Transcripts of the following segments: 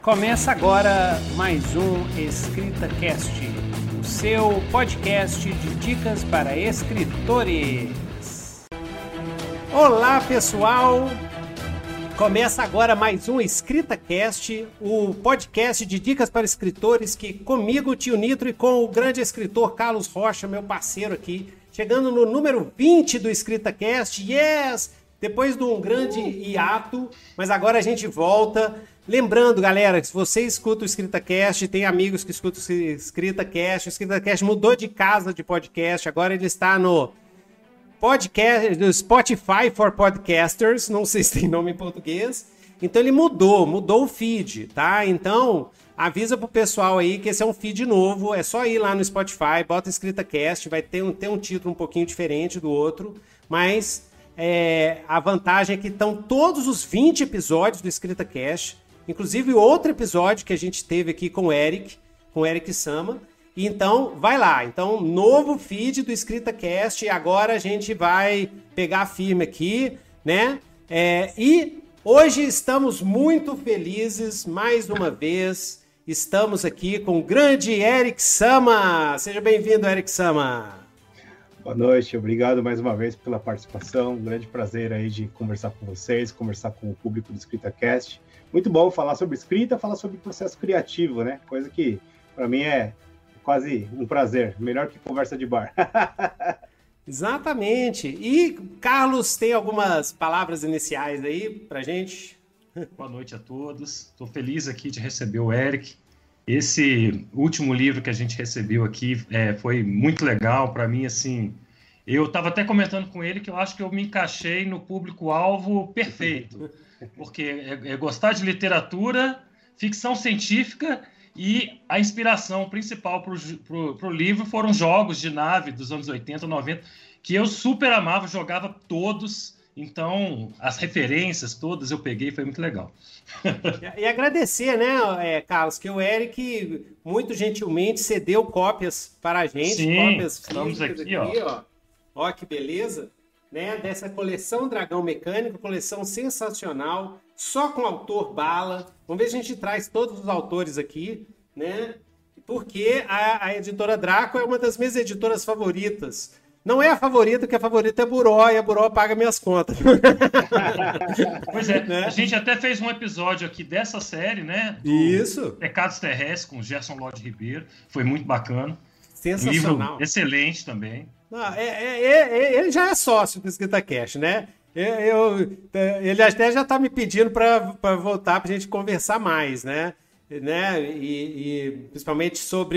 Começa agora mais um EscritaCast, o seu podcast de dicas para escritores. Olá, pessoal! Começa agora mais um EscritaCast, o podcast de dicas para escritores que comigo, Tio Nitro, e com o grande escritor Carlos Rocha, meu parceiro aqui, chegando no número 20 do EscritaCast, yes! Depois de um grande hiato, mas agora a gente volta. Lembrando, galera, que se você escuta o EscritaCast, tem amigos que escutam o EscritaCast mudou de casa de podcast, agora ele está no podcast, do Spotify for Podcasters, não sei se tem nome em português. Então ele mudou o feed, tá? Então avisa pro pessoal aí que esse é um feed novo, é só ir lá no Spotify, bota EscritaCast, vai ter um título um pouquinho diferente do outro, mas a vantagem é que estão todos os 20 episódios do EscritaCast, inclusive outro episódio que a gente teve aqui com o Eric Sama. Então, vai lá. Então, novo feed do EscritaCast. E agora a gente vai pegar firme aqui, né? E hoje estamos muito felizes, mais uma vez. Estamos aqui com o grande Eric Sama. Seja bem-vindo, Eric Sama. Boa noite, obrigado mais uma vez pela participação. Um grande prazer aí de conversar com vocês, conversar com o público do EscritaCast. Muito bom falar sobre escrita, falar sobre processo criativo, né? Coisa que, para mim, é quase um prazer. Melhor que conversa de bar. Exatamente. E, Carlos, tem algumas palavras iniciais aí pra gente? Boa noite a todos. Estou feliz aqui de receber o Eric. Esse último livro que a gente recebeu aqui foi muito legal para mim, assim. Eu estava até comentando com ele que eu acho que eu me encaixei no público-alvo perfeito, porque é gostar de literatura, ficção científica, e a inspiração principal para o livro foram jogos de nave dos anos 80, 90, que eu super amava, jogava todos. Então, as referências todas eu peguei, foi muito legal. E agradecer, né, Carlos, que o Eric muito gentilmente cedeu cópias para a gente. Sim, cópias estamos aqui, ó. Ó, que beleza, né, dessa coleção Dragão Mecânico, coleção sensacional, só com autor bala. Vamos ver se a gente traz todos os autores aqui, né, porque a editora Draco é uma das minhas editoras favoritas. Não é a favorita, porque a favorita é a Buró, e a Buró paga minhas contas. Pois é, né? A gente até fez um episódio aqui dessa série, né? Isso. Pecados Terrestres, com Gerson Lodge Ribeiro. Foi muito bacana. Sensacional. Um livro excelente também. Não, ele já é sócio do EscritaCast, né? Ele até já está me pedindo para voltar para a gente conversar mais, né? E principalmente sobre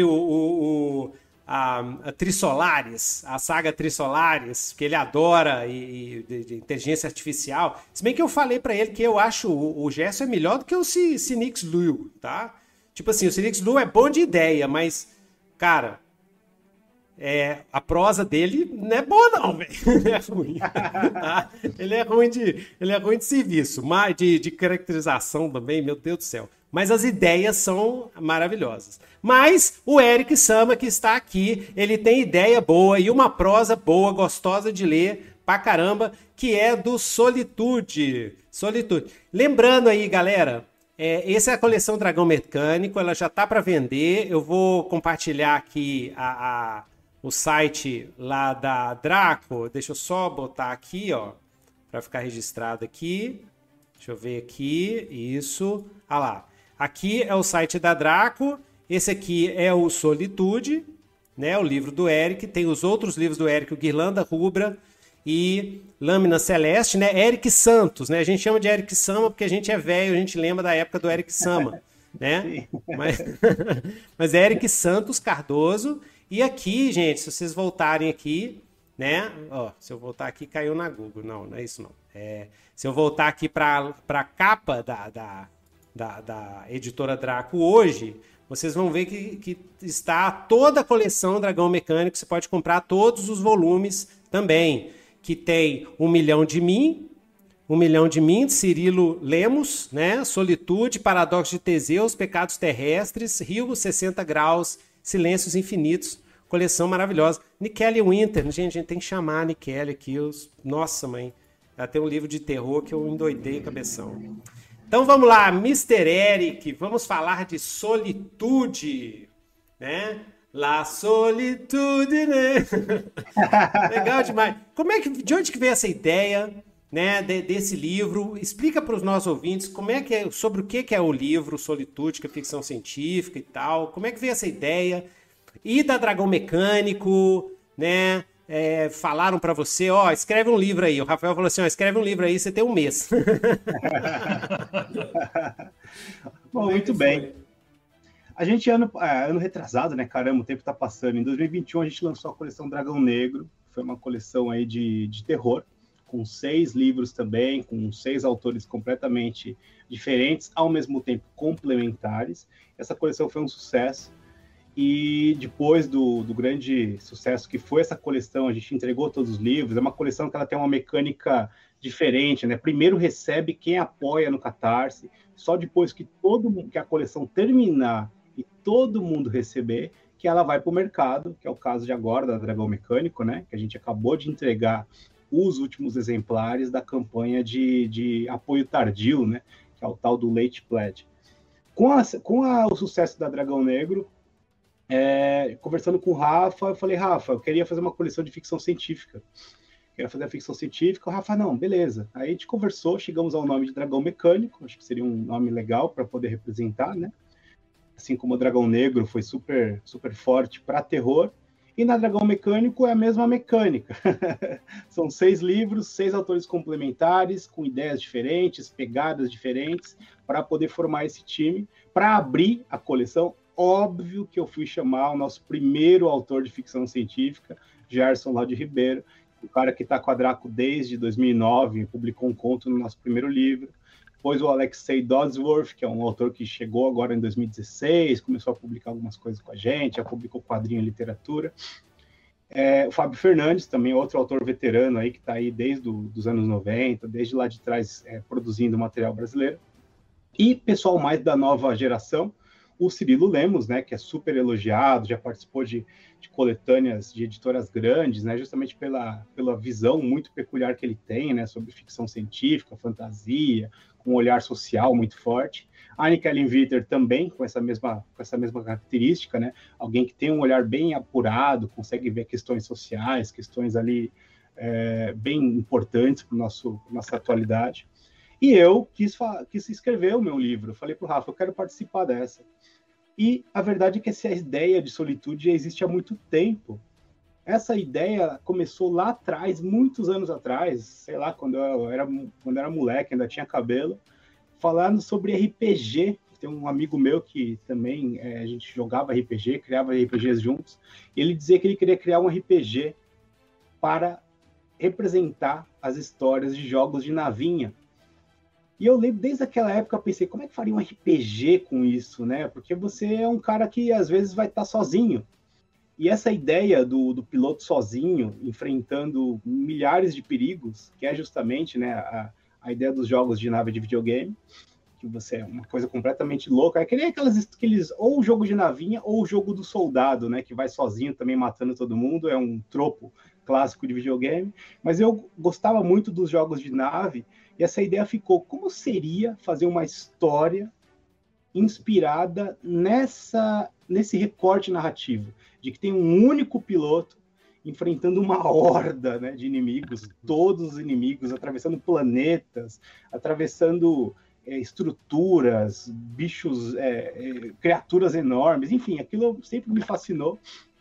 a Trisolaris, a saga Trisolaris, que ele adora, de inteligência artificial. Se bem que eu falei pra ele que eu acho o Gerson é melhor do que o Cynix Liu, tá? Tipo assim, o Cynix Liu é bom de ideia, mas, cara, a prosa dele não é boa não, velho. É ruim. Tá? Ele é ruim de serviço, mas de caracterização também, meu Deus do céu. Mas as ideias são maravilhosas. Mas o Eric Sama, que está aqui, ele tem ideia boa e uma prosa boa, gostosa de ler pra caramba, que é do Solitude. Lembrando aí, galera, essa é a coleção Dragão Mecânico, ela já tá para vender. Eu vou compartilhar aqui o site lá da Draco. Deixa eu só botar aqui, ó, para ficar registrado aqui. Deixa eu ver aqui, isso. Ah lá. Aqui é o site da Draco, esse aqui é o Solitude, né, o livro do Eric, tem os outros livros do Eric, o Guirlanda Rubra e Lâmina Celeste, né, Eric Santos, né, a gente chama de Eric Sama porque a gente é velho, a gente lembra da época do Eric Sama, né, mas é Eric Santos Cardoso, e aqui, gente, se vocês voltarem aqui, né, ó, se eu voltar aqui, caiu na Google, não é isso não, se eu voltar aqui para a capa da editora Draco hoje, vocês vão ver que está toda a coleção Dragão Mecânico, você pode comprar todos os volumes também, que tem 1 Milhão de Mim, de Cirilo Lemos, né? Solitude, Paradoxo de Teseus, Pecados Terrestres, Rio 60 Graus, Silêncios Infinitos, coleção maravilhosa. Nikele Winter, gente, a gente tem que chamar a Nikele aqui, nossa mãe, ela tem um livro de terror que eu endoidei cabeção. Então vamos lá, Mr. Eric, vamos falar de solitude, né? La solitude, né? Legal demais. De onde que veio essa ideia, né, desse livro? Explica para os nossos ouvintes sobre o que é o livro Solitude, que é ficção científica e tal. Como é que veio essa ideia? E da Dragão Mecânico, né? Falaram para você, escreve um livro aí. O Rafael falou assim, escreve um livro aí, você tem um mês. Bom, muito bem. A gente, ano retrasado, né? Caramba, o tempo tá passando. Em 2021, a gente lançou a coleção Dragão Negro. Foi uma coleção aí de terror, com 6 livros também, com 6 autores completamente diferentes, ao mesmo tempo complementares. Essa coleção foi um sucesso. E depois do grande sucesso que foi essa coleção, a gente entregou todos os livros. É uma coleção que ela tem uma mecânica diferente, né? Primeiro recebe quem apoia no Catarse, só depois que que a coleção terminar e todo mundo receber, que ela vai para o mercado, que é o caso de agora da Dragão Mecânico, né? Que a gente acabou de entregar os últimos exemplares da campanha de apoio tardio, né? Que é o tal do Late Pledge. Com o sucesso da Dragão Negro, conversando com o Rafa, eu falei, Rafa, eu queria fazer uma coleção de ficção científica. Queria fazer a ficção científica. O Rafa, não, beleza. Aí a gente conversou, chegamos ao nome de Dragão Mecânico, acho que seria um nome legal para poder representar, né? Assim como o Dragão Negro foi super, super forte para terror. E na Dragão Mecânico é a mesma mecânica. São 6 livros, 6 autores complementares, com ideias diferentes, pegadas diferentes, para poder formar esse time, para abrir a coleção. Óbvio que eu fui chamar o nosso primeiro autor de ficção científica, Gerson lá de Ribeiro, o cara que está com a Draco desde 2009, publicou um conto no nosso primeiro livro. Depois o Alexei Dodsworth, que é um autor que chegou agora em 2016, começou a publicar algumas coisas com a gente, já publicou quadrinho e literatura. O Fábio Fernandes, também outro autor veterano aí, que está aí desde os anos 90, desde lá de trás, produzindo material brasileiro. E pessoal mais da nova geração, o Cirilo Lemos, né, que é super elogiado, já participou de coletâneas de editoras grandes, né, justamente pela visão muito peculiar que ele tem, né, sobre ficção científica, fantasia, com um olhar social muito forte. A Annika Ellenwitter também, com essa mesma característica, né, alguém que tem um olhar bem apurado, consegue ver questões sociais, questões ali bem importantes para nossa atualidade. E eu quis escrever o meu livro. Eu falei para o Rafa, eu quero participar dessa. E a verdade é que essa ideia de solitude já existe há muito tempo. Essa ideia começou lá atrás, muitos anos atrás, sei lá, quando eu era moleque, ainda tinha cabelo, falando sobre RPG. Tem um amigo meu que também a gente jogava RPG, criava RPGs juntos, e ele dizia que ele queria criar um RPG para representar as histórias de jogos de navinha. E eu lembro, desde aquela época, eu pensei, como é que faria um RPG com isso, né? Porque você é um cara que, às vezes, vai estar sozinho. E essa ideia do piloto sozinho, enfrentando milhares de perigos, que é justamente, né, a ideia dos jogos de nave de videogame, que você é uma coisa completamente louca. É que nem aqueles ou o jogo de navinha ou o jogo do soldado, né, que vai sozinho também matando todo mundo, é um tropo clássico de videogame. Mas eu gostava muito dos jogos de nave, e essa ideia ficou, como seria fazer uma história inspirada nesse recorte narrativo, de que tem um único piloto enfrentando uma horda, né, de inimigos, todos os inimigos, atravessando planetas, atravessando estruturas, bichos, criaturas enormes, enfim, aquilo sempre me fascinou.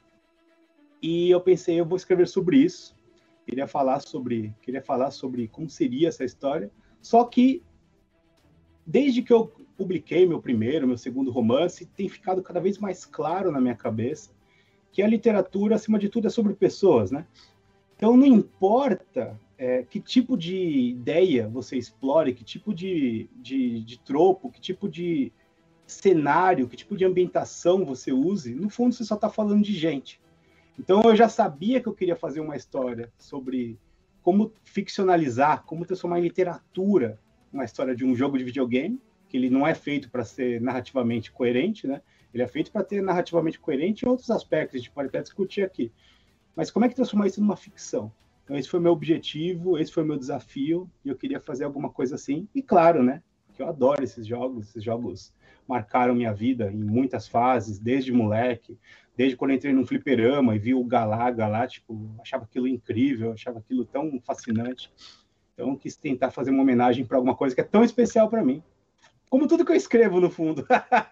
E eu pensei, eu vou escrever sobre isso. Queria falar sobre como seria essa história. Só que, desde que eu publiquei meu segundo romance, tem ficado cada vez mais claro na minha cabeça que a literatura, acima de tudo, é sobre pessoas, né? Então, não importa que tipo de ideia você explore, que tipo de tropo, que tipo de cenário, que tipo de ambientação você use, no fundo, você só está falando de gente. Então, eu já sabia que eu queria fazer uma história sobre como ficcionalizar, como transformar em literatura uma história de um jogo de videogame, que ele não é feito para ser narrativamente coerente, né? Ele é feito para ter narrativamente coerente em outros aspectos, a gente pode até discutir aqui. Mas como é que transformar isso numa ficção? Então, esse foi o meu objetivo, esse foi o meu desafio, e eu queria fazer alguma coisa assim. E claro, né? que eu adoro esses jogos marcaram minha vida em muitas fases, desde moleque, desde quando eu entrei num fliperama e vi o Galaga lá, tipo, achava aquilo incrível, achava aquilo tão fascinante. Então, eu quis tentar fazer uma homenagem para alguma coisa que é tão especial para mim. Como tudo que eu escrevo, no fundo.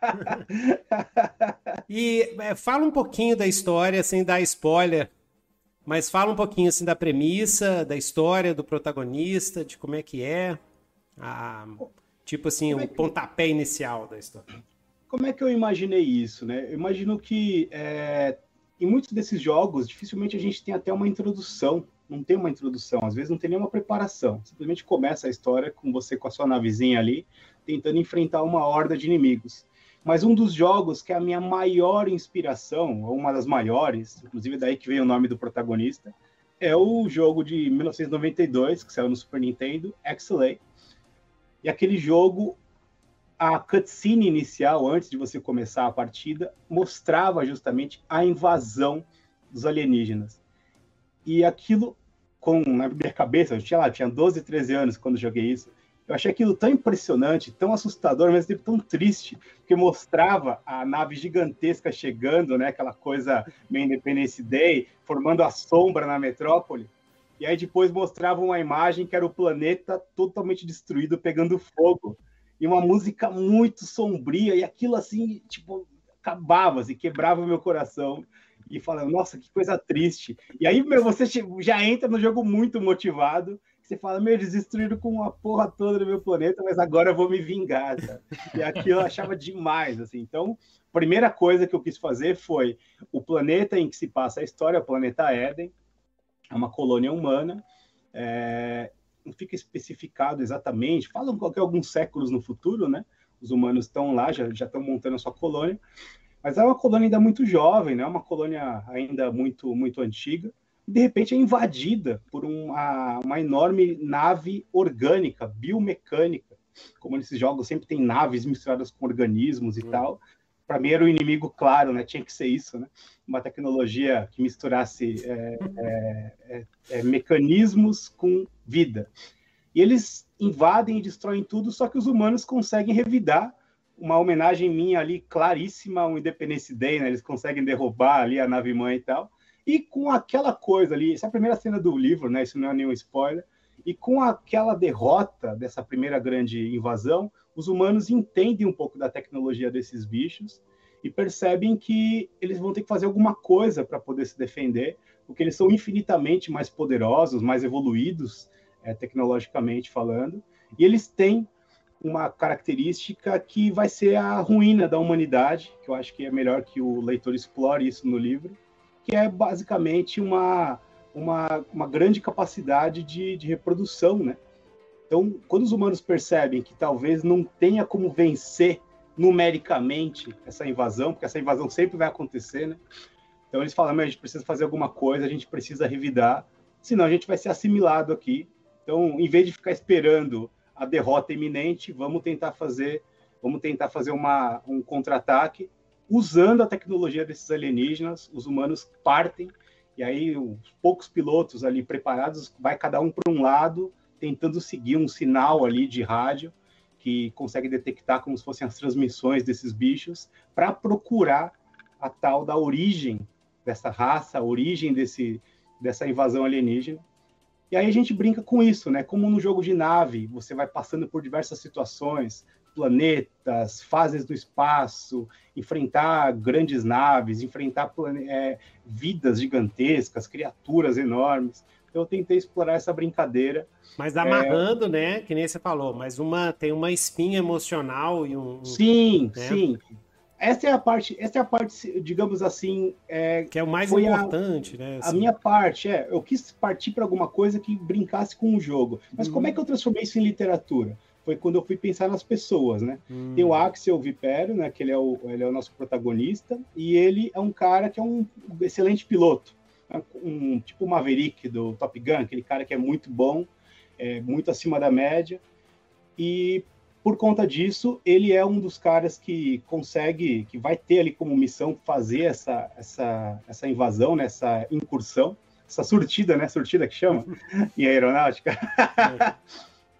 E fala um pouquinho da história, sem dar spoiler, mas fala um pouquinho assim da premissa, da história, do protagonista, de como é que é, tipo assim, o pontapé inicial da história. Como é que eu imaginei isso, né? Eu imagino que em muitos desses jogos, dificilmente a gente tem até uma introdução. Não tem uma introdução, às vezes não tem nenhuma preparação. Simplesmente começa a história com você com a sua navezinha ali, tentando enfrentar uma horda de inimigos. Mas um dos jogos que é a minha maior inspiração, ou uma das maiores, inclusive daí que veio o nome do protagonista, é o jogo de 1992, que saiu no Super Nintendo, XLA. E aquele jogo, a cutscene inicial, antes de você começar a partida, mostrava justamente a invasão dos alienígenas. E aquilo, na minha cabeça, eu tinha 12, 13 anos quando joguei isso, eu achei aquilo tão impressionante, tão assustador, ao mesmo tempo tão triste, porque mostrava a nave gigantesca chegando, né, aquela coisa meio Independence Day, formando a sombra na metrópole, e aí depois mostrava uma imagem que era o planeta totalmente destruído, pegando fogo, e uma música muito sombria, e aquilo assim, tipo, acabava, assim, quebrava o meu coração, e falando, nossa, que coisa triste. E aí, você já entra no jogo muito motivado, você fala, eles destruíram com a porra toda do meu planeta, mas agora eu vou me vingar, cara. E aquilo eu achava demais, assim. Então, a primeira coisa que eu quis fazer foi o planeta em que se passa a história, o planeta Éden, é uma colônia humana, não fica especificado exatamente, falam que alguns séculos no futuro, né? Os humanos estão lá, já estão montando a sua colônia, mas é uma colônia ainda muito jovem, né? Uma colônia ainda muito, muito antiga, e de repente é invadida por uma enorme nave orgânica, biomecânica, como nesses jogos sempre tem naves misturadas com organismos e tal. Para mim era o inimigo claro, né? Tinha que ser isso, né? Uma tecnologia que misturasse mecanismos com vida. E eles invadem e destroem tudo, só que os humanos conseguem revidar. Uma homenagem minha ali, claríssima ao Independence Day, né? Eles conseguem derrubar ali a nave-mãe e tal. E com aquela coisa ali, essa é a primeira cena do livro, né? Isso não é nenhum spoiler. E com aquela derrota dessa primeira grande invasão, os humanos entendem um pouco da tecnologia desses bichos e percebem que eles vão ter que fazer alguma coisa para poder se defender, porque eles são infinitamente mais poderosos, mais evoluídos, tecnologicamente falando, e eles têm uma característica que vai ser a ruína da humanidade, que eu acho que é melhor que o leitor explore isso no livro, que é basicamente uma grande capacidade de reprodução, né? Então, quando os humanos percebem que talvez não tenha como vencer numericamente essa invasão, porque essa invasão sempre vai acontecer, né? Então eles falam, a gente precisa fazer alguma coisa, a gente precisa revidar, senão a gente vai ser assimilado aqui. Então, em vez de ficar esperando a derrota iminente, vamos tentar fazer um contra-ataque usando a tecnologia desses alienígenas. Os humanos partem, e aí os poucos pilotos ali preparados, vai cada um para um lado, tentando seguir um sinal ali de rádio, que consegue detectar como se fossem as transmissões desses bichos, para procurar a tal da origem dessa raça, a origem dessa invasão alienígena. E aí a gente brinca com isso, né? Como no jogo de nave, você vai passando por diversas situações, planetas, fases do espaço, enfrentar grandes naves, enfrentar vidas gigantescas, criaturas enormes. Eu tentei explorar essa brincadeira. Mas amarrando, né? Que nem você falou, mas tem uma espinha emocional e um... Sim, né? Sim. Essa é a parte, digamos assim... que é o mais importante, né? Assim. A minha parte, eu quis partir para alguma coisa que brincasse com o jogo. Mas como é que eu transformei isso em literatura? Foi quando eu fui pensar nas pessoas, né? Tem o Axel Vipero, né? Que ele é o nosso protagonista, e ele é um cara que é um excelente piloto. Tipo o Maverick do Top Gun, aquele cara que é muito bom, muito acima da média, e por conta disso, ele é um dos caras que vai ter ali como missão fazer essa invasão, né, essa incursão, essa surtida, né, surtida que chama, em aeronáutica.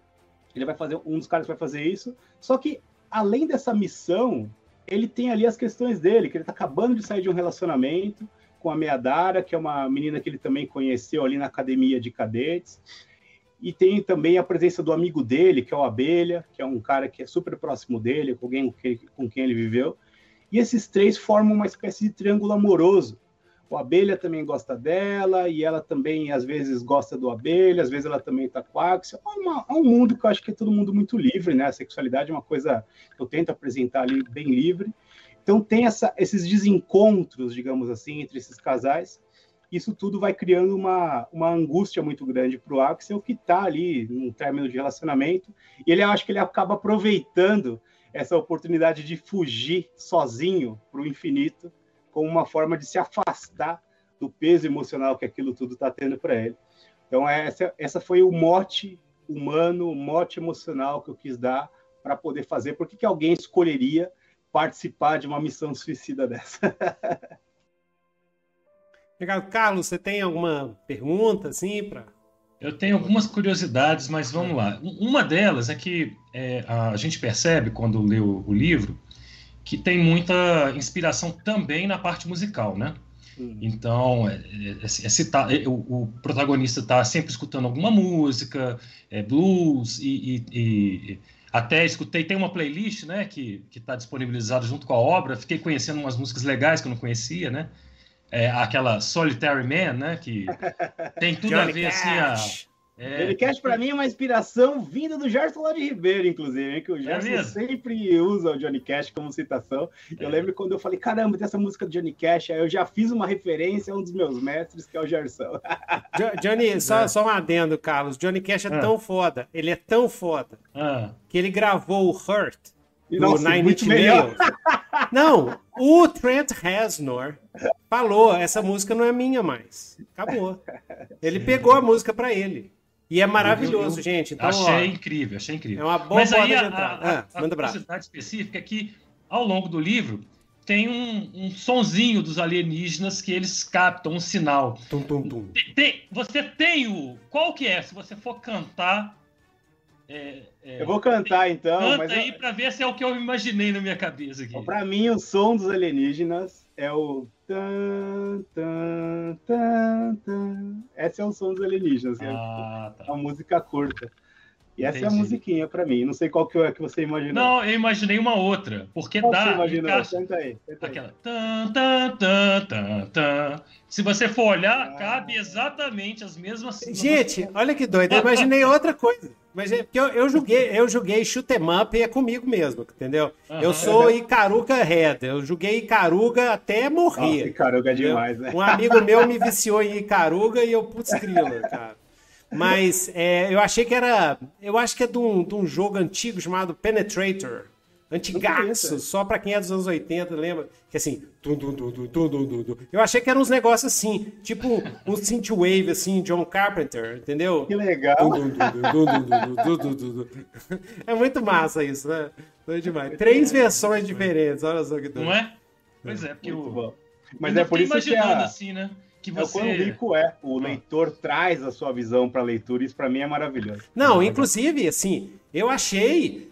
Ele vai fazer, um dos caras vai fazer isso, só que além dessa missão, ele tem ali as questões dele, que ele tá acabando de sair de um relacionamento com a Meadara, que é uma menina que ele também conheceu ali na academia de cadetes, e tem também a presença do amigo dele, que é o Abelha, que é um cara que é super próximo dele, com alguém com quem ele viveu, e esses três formam uma espécie de triângulo amoroso. O Abelha também gosta dela, e ela também, às vezes, gosta do Abelha, às vezes ela também tá com a Axel. É um mundo que eu acho que é todo mundo muito livre, né? A sexualidade é uma coisa que eu tento apresentar ali bem livre. Então tem esses desencontros, digamos assim, entre esses casais. Isso tudo vai criando uma angústia muito grande para o Axel, que está ali num término de relacionamento, e ele acha que ele acaba aproveitando essa oportunidade de fugir sozinho para o infinito, como uma forma de se afastar do peso emocional que aquilo tudo está tendo para ele. Então, essa foi o mote humano, o mote emocional que eu quis dar para poder fazer. Por que alguém escolheria participar de uma missão suicida dessa? Legal. Carlos, você tem alguma pergunta, assim, para... Eu tenho algumas curiosidades, mas vamos lá. Uma delas é que a gente percebe, quando lê o livro, que tem muita inspiração também na parte musical, né? Então, o protagonista está sempre escutando alguma música, blues, e até escutei, tem uma playlist, né, que está disponibilizada junto com a obra, fiquei conhecendo umas músicas legais que eu não conhecia, né? Aquela Solitary Man, né, que tem tudo Johnny a ver, Cash. assim, Johnny Cash, para mim, é uma inspiração vinda do Gerson lá de Ribeiro, inclusive, hein? Que o Gerson sempre usa o Johnny Cash como citação. Eu lembro quando eu falei, caramba, tem essa música do Johnny Cash, aí eu já fiz uma referência a um dos meus mestres, que é o Gerson. Johnny, só um adendo, Carlos. Johnny Cash é tão foda, ele é tão foda, que ele gravou o Hurt do Nine Inch Nails. Não, o Trent Reznor falou, essa música não é minha mais. Acabou. Ele pegou a música para ele. E é maravilhoso, gente. Então, achei incrível, achei incrível. É uma boa porta de entrada. A curiosidade específica é que, ao longo do livro, tem um sonzinho dos alienígenas que eles captam, um sinal. Tum, tum, tum. Você tem o... Qual que é? Se você for cantar... eu vou cantar, então. Canta aí para ver se é o que eu imaginei na minha cabeça aqui. Para mim, o som dos alienígenas é o... Tan, tan, tan, tan. Esse é o som dos alienígenas. Tá. É uma música curta. E essa é a musiquinha para mim. Não sei qual que é que você imaginou. Não, eu imaginei uma outra. Porque qual dá... Você imaginou? Encaixa... Tenta aí. Aquela... Tan, tan, tan, tan, tan. Se você for olhar, cabe exatamente as mesmas... Gente, olha que doido. Eu imaginei outra coisa. Porque eu joguei shoot 'em up e é comigo mesmo, entendeu? Eu sou Icaruga Head. Eu joguei Icaruga até morrer. Nossa, Icaruga é demais, né? Um amigo meu me viciou em Icaruga e eu, putz, grila, cara. Mas eu achei que era... Eu acho que é de um jogo antigo chamado Penetrator. Antigaço, só pra quem é dos anos 80, lembra? Que assim... Eu achei que eram uns negócios assim, tipo um synthwave, assim, John Carpenter, entendeu? Que legal! É muito massa isso, né? Doido demais. 3 versões diferentes, olha só que doido. Não é? Pois é, porque bom. Mas é por isso que assim, né? Que você... quão rico é. O leitor traz a sua visão para a leitura, isso para mim é maravilhoso. Não, inclusive, assim, eu achei...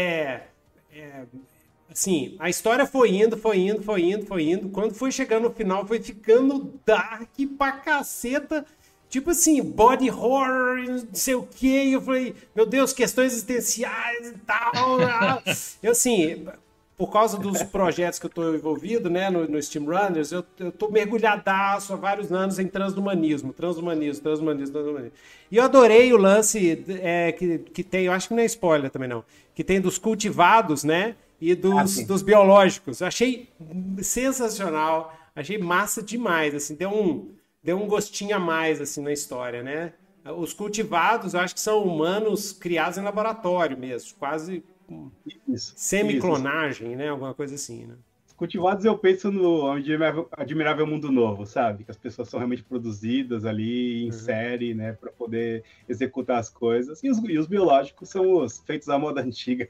assim, a história foi indo. Quando foi chegando no final, foi ficando dark pra caceta. Tipo assim, body horror, não sei o quê. E eu falei, meu Deus, questões existenciais e tal. Eu, assim... Por causa dos projetos que eu estou envolvido, né, no Steam Runners, eu estou mergulhadaço há vários anos em transhumanismo. E eu adorei o lance que tem, eu acho que não é spoiler também não, que tem dos cultivados, né, e dos biológicos. Eu achei sensacional, achei massa demais, assim, deu um gostinho a mais, assim, na história, né. Os cultivados, eu acho que são humanos criados em laboratório mesmo, quase... Semiclonagem, né? Alguma coisa assim, né? Cultivados eu penso no Admirável Mundo Novo, sabe? Que as pessoas são realmente produzidas ali em série, né? Para poder executar as coisas. E os biológicos são os feitos à moda antiga.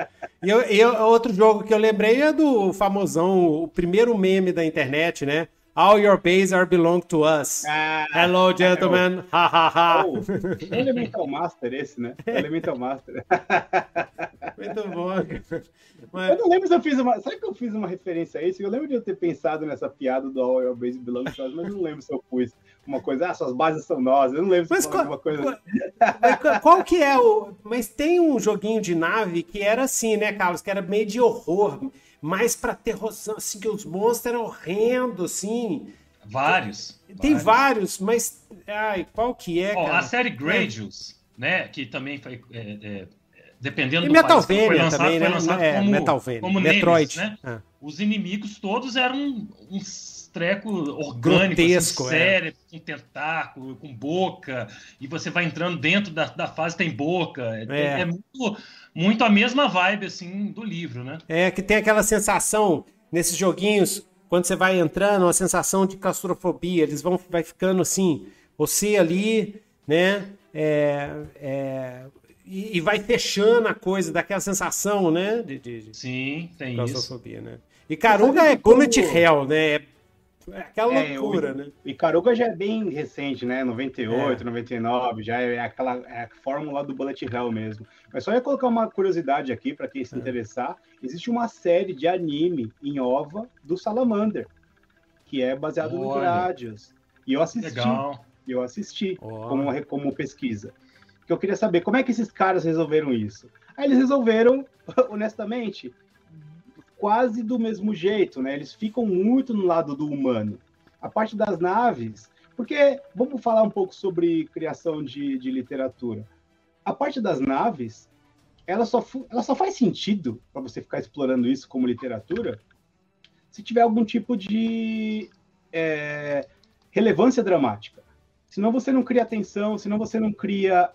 E outro jogo que eu lembrei é do famosão, o primeiro meme da internet, né? All your bases are belong to us. Hello, gentlemen. Ha, ha, ha. É o Elemental Master esse, né? O Elemental Master. Muito bom. Mas... Eu não lembro se eu fiz uma... Será que eu fiz uma referência a isso? Eu lembro de eu ter pensado nessa piada do All your bases belong to us, mas eu não lembro se eu pus uma coisa, suas bases são nós. Eu não lembro se eu falei alguma coisa. Qual que é o... Mas tem um joguinho de nave que era assim, né, Carlos? Que era meio de horror, mais pra terrorzão, assim, que os monstros eram horrendos, assim. Vários. Tem vários, mas... Ai, qual que é, cara? A série Gradius, né, que também foi... dependendo e do Metalvania país que foi lançado, também, foi lançado como, Metalvania, como Metroid. Nemesis, né? Os inimigos todos eram uns treco orgânico, grotesco, assim, cérebro, com tentáculo, com boca, e você vai entrando dentro da fase, tem boca. É muito a mesma vibe, assim, do livro, né? É, que tem aquela sensação, nesses joguinhos, quando você vai entrando, uma sensação de claustrofobia, eles vai ficando assim, você ali, né, e vai fechando a coisa, daquela sensação, né, Sim, tem claustrofobia, né? E Ikaruga é bullet hell, né? É aquela loucura, né? Ikaruga já é bem recente, né? 98, 99, já é a fórmula do bullet hell mesmo. Mas só ia colocar uma curiosidade aqui, para quem se interessar. Existe uma série de anime em OVA do Salamander, que é baseado no Gradius. E eu assisti. Legal. Eu assisti como pesquisa. Que eu queria saber como é que esses caras resolveram isso. Aí eles resolveram, honestamente, quase do mesmo jeito, né? Eles ficam muito no lado do humano. A parte das naves, porque vamos falar um pouco sobre criação de literatura. A parte das naves, ela só faz sentido para você ficar explorando isso como literatura se tiver algum tipo de relevância dramática. Senão você não cria atenção, senão você não cria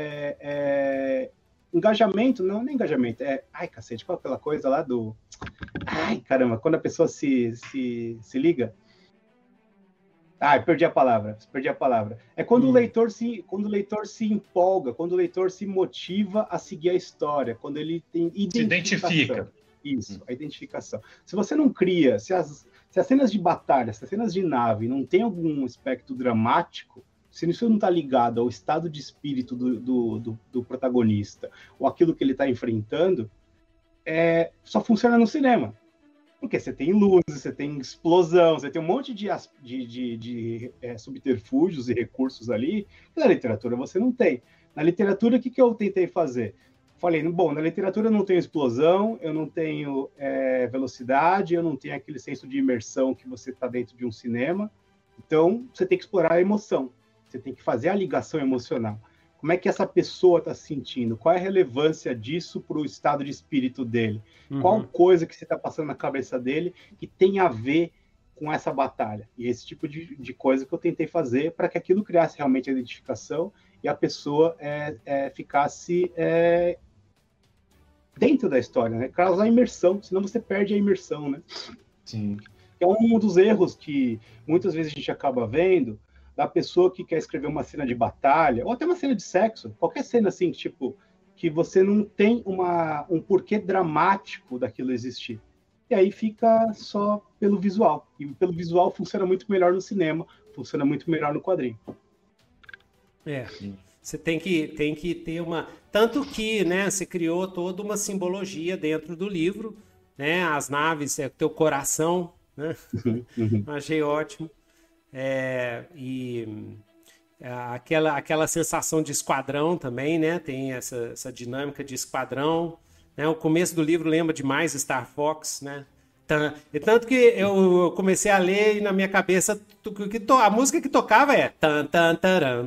engajamento, não é engajamento, ai, cacete, qual é aquela coisa lá do... Ai, caramba, quando a pessoa se liga... Ai, perdi a palavra. É quando o leitor se empolga, quando o leitor se motiva a seguir a história, quando ele tem identificação. Se identifica. Isso, a identificação. Se você não cria, se as cenas de batalha, se as cenas de nave não tem algum aspecto dramático, se isso não está ligado ao estado de espírito do protagonista, ou aquilo que ele está enfrentando, só funciona no cinema. Porque você tem luzes, você tem explosão, você tem um monte de subterfúgios e recursos ali, que na literatura você não tem. Na literatura, o que eu tentei fazer? Falei, bom, na literatura eu não tenho explosão, eu não tenho velocidade, eu não tenho aquele senso de imersão que você está dentro de um cinema, então você tem que explorar a emoção, você tem que fazer a ligação emocional. Como é que essa pessoa está se sentindo? Qual é a relevância disso para o estado de espírito dele? Qual coisa que você está passando na cabeça dele que tem a ver com essa batalha? E esse tipo de coisa que eu tentei fazer para que aquilo criasse realmente a identificação e a pessoa ficasse dentro da história, né? Causar imersão, senão você perde a imersão, né? Sim. É um dos erros que muitas vezes a gente acaba vendo da pessoa que quer escrever uma cena de batalha, ou até uma cena de sexo, qualquer cena assim, tipo, que você não tem um porquê dramático daquilo existir. E aí fica só pelo visual. E pelo visual funciona muito melhor no cinema, funciona muito melhor no quadrinho. Você tem que ter uma... Tanto que, né, você criou toda uma simbologia dentro do livro, né, as naves, teu coração, né? Achei ótimo. Aquela sensação de esquadrão também, né? Tem essa dinâmica de esquadrão, né? O começo do livro lembra demais Star Fox, né? E tanto que eu comecei a ler e na minha cabeça a música que tocava é tan tan taran.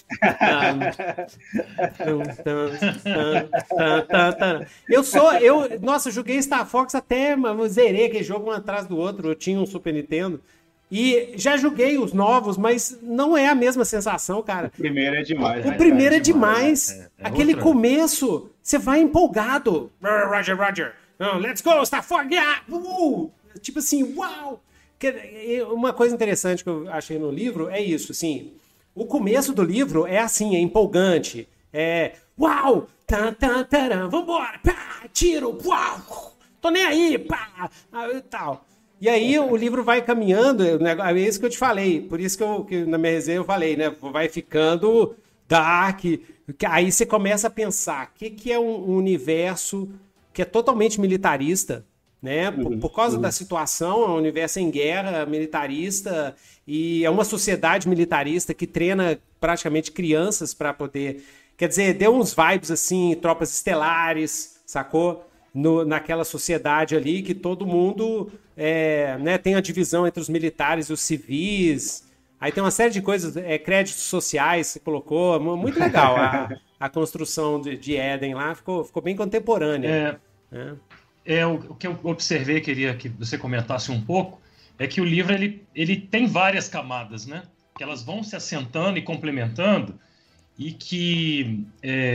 Nossa, eu joguei Star Fox até zerei aquele jogo um atrás do outro. Eu tinha um Super Nintendo. E já joguei os novos, mas não é a mesma sensação, cara. O primeiro é demais. O primeiro é demais. Aquele começo, você vai empolgado. Roger, Roger. Let's go, Star Fox. Tipo assim, uau! Uma coisa interessante que eu achei no livro é isso, assim. O começo do livro é assim, é empolgante. Uau! Vambora! Pá, tiro! Uau! Tô nem aí! Pá! E tal. E aí o livro vai caminhando, é isso que eu te falei, por isso que na minha resenha eu falei, né? Vai ficando dark, aí você começa a pensar o que é um universo que é totalmente militarista, né? Por causa da situação, é um universo em guerra, militarista, e é uma sociedade militarista que treina praticamente crianças para poder... Quer dizer, deu uns vibes assim, tropas estelares, sacou? Naquela sociedade ali que todo mundo né, tem a divisão entre os militares e os civis. Aí tem uma série de coisas, créditos sociais que você colocou. Muito legal a construção de Éden lá, ficou bem contemporânea. O que eu observei, queria que você comentasse um pouco, é que o livro ele tem várias camadas, né? Que elas vão se assentando e complementando, e que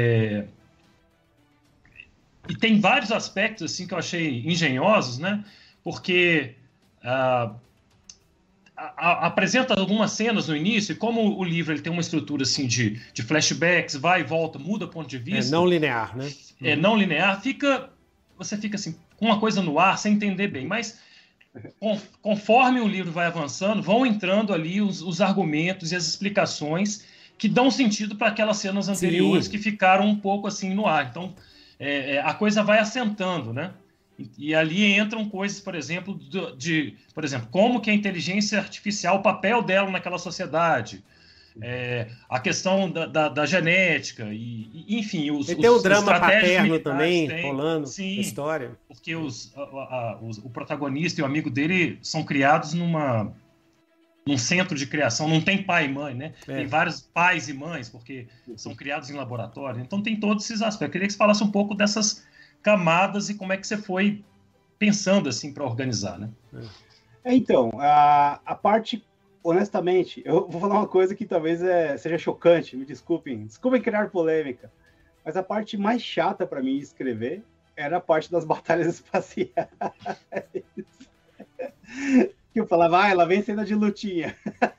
e tem vários aspectos assim que eu achei engenhosos, né? Porque apresenta algumas cenas no início, e como o livro ele tem uma estrutura assim de flashbacks, vai e volta, muda o ponto de vista. Não linear, né? Não linear, você fica assim com uma coisa no ar sem entender bem, mas conforme o livro vai avançando, vão entrando ali os argumentos e as explicações que dão sentido para aquelas cenas anteriores. Sim. Que ficaram um pouco assim no ar. Então, a coisa vai assentando, né? E ali entram coisas, por exemplo, por exemplo, como que a inteligência artificial, o papel dela naquela sociedade, a questão da genética, enfim... E tem o drama paterno também, rolando na história. Porque o protagonista e o amigo dele são criados num centro de criação, não tem pai e mãe, né? Tem vários pais e mães, porque são criados em laboratório. Então tem todos esses aspectos. Eu queria que você falasse um pouco dessas camadas e como é que você foi pensando assim para organizar, né? Então, a parte, honestamente, eu vou falar uma coisa que talvez seja chocante, me desculpem criar polêmica, mas a parte mais chata para mim escrever era a parte das batalhas espaciais. Que eu falava, ela vem cena de lutinha.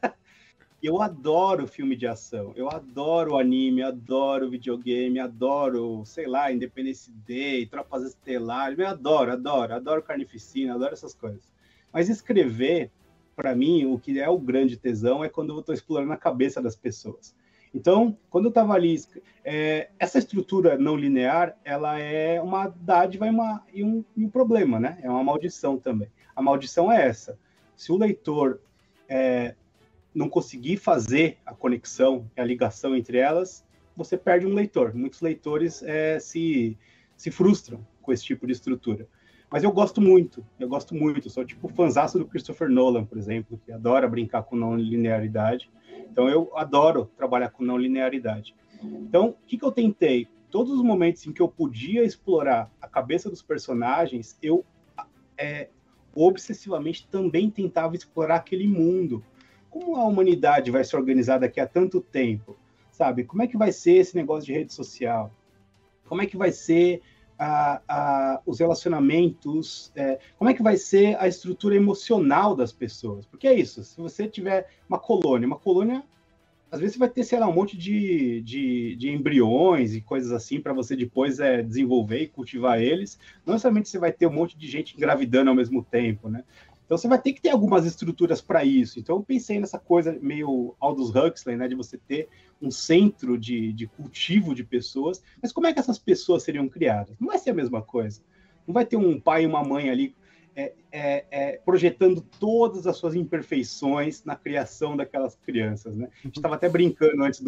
Eu adoro filme de ação, eu adoro anime, adoro videogame, adoro, sei lá, Independence Day, Tropas Estelares, eu adoro Carnificina, adoro essas coisas. Mas escrever, para mim, o que é o grande tesão é quando eu estou explorando a cabeça das pessoas. Então, quando eu estava ali, essa estrutura não linear, ela é uma dádiva e um problema, né? É uma maldição também. A maldição é essa. Se o leitor não conseguir fazer a conexão, a ligação entre elas, você perde um leitor. Muitos leitores se frustram com esse tipo de estrutura. Mas eu gosto muito, sou tipo fãzaço do Christopher Nolan, por exemplo, que adora brincar com não linearidade. Então eu adoro trabalhar com não linearidade. Então, o que eu tentei? Todos os momentos em que eu podia explorar a cabeça dos personagens, eu obsessivamente também tentava explorar aquele mundo. Como a humanidade vai se organizar daqui a tanto tempo? Sabe? Como é que vai ser esse negócio de rede social? Como é que vai ser os relacionamentos? Como é que vai ser a estrutura emocional das pessoas? Porque é isso, se você tiver uma colônia, às vezes você vai ter, sei lá, um monte de embriões e coisas assim para você depois desenvolver e cultivar eles. Não necessariamente você vai ter um monte de gente engravidando ao mesmo tempo, né? Então você vai ter que ter algumas estruturas para isso. Então eu pensei nessa coisa meio Aldous Huxley, né, de você ter um centro de cultivo de pessoas. Mas como é que essas pessoas seriam criadas? Não vai ser a mesma coisa. Não vai ter um pai e uma mãe ali projetando todas as suas imperfeições na criação daquelas crianças, né? A gente estava até brincando antes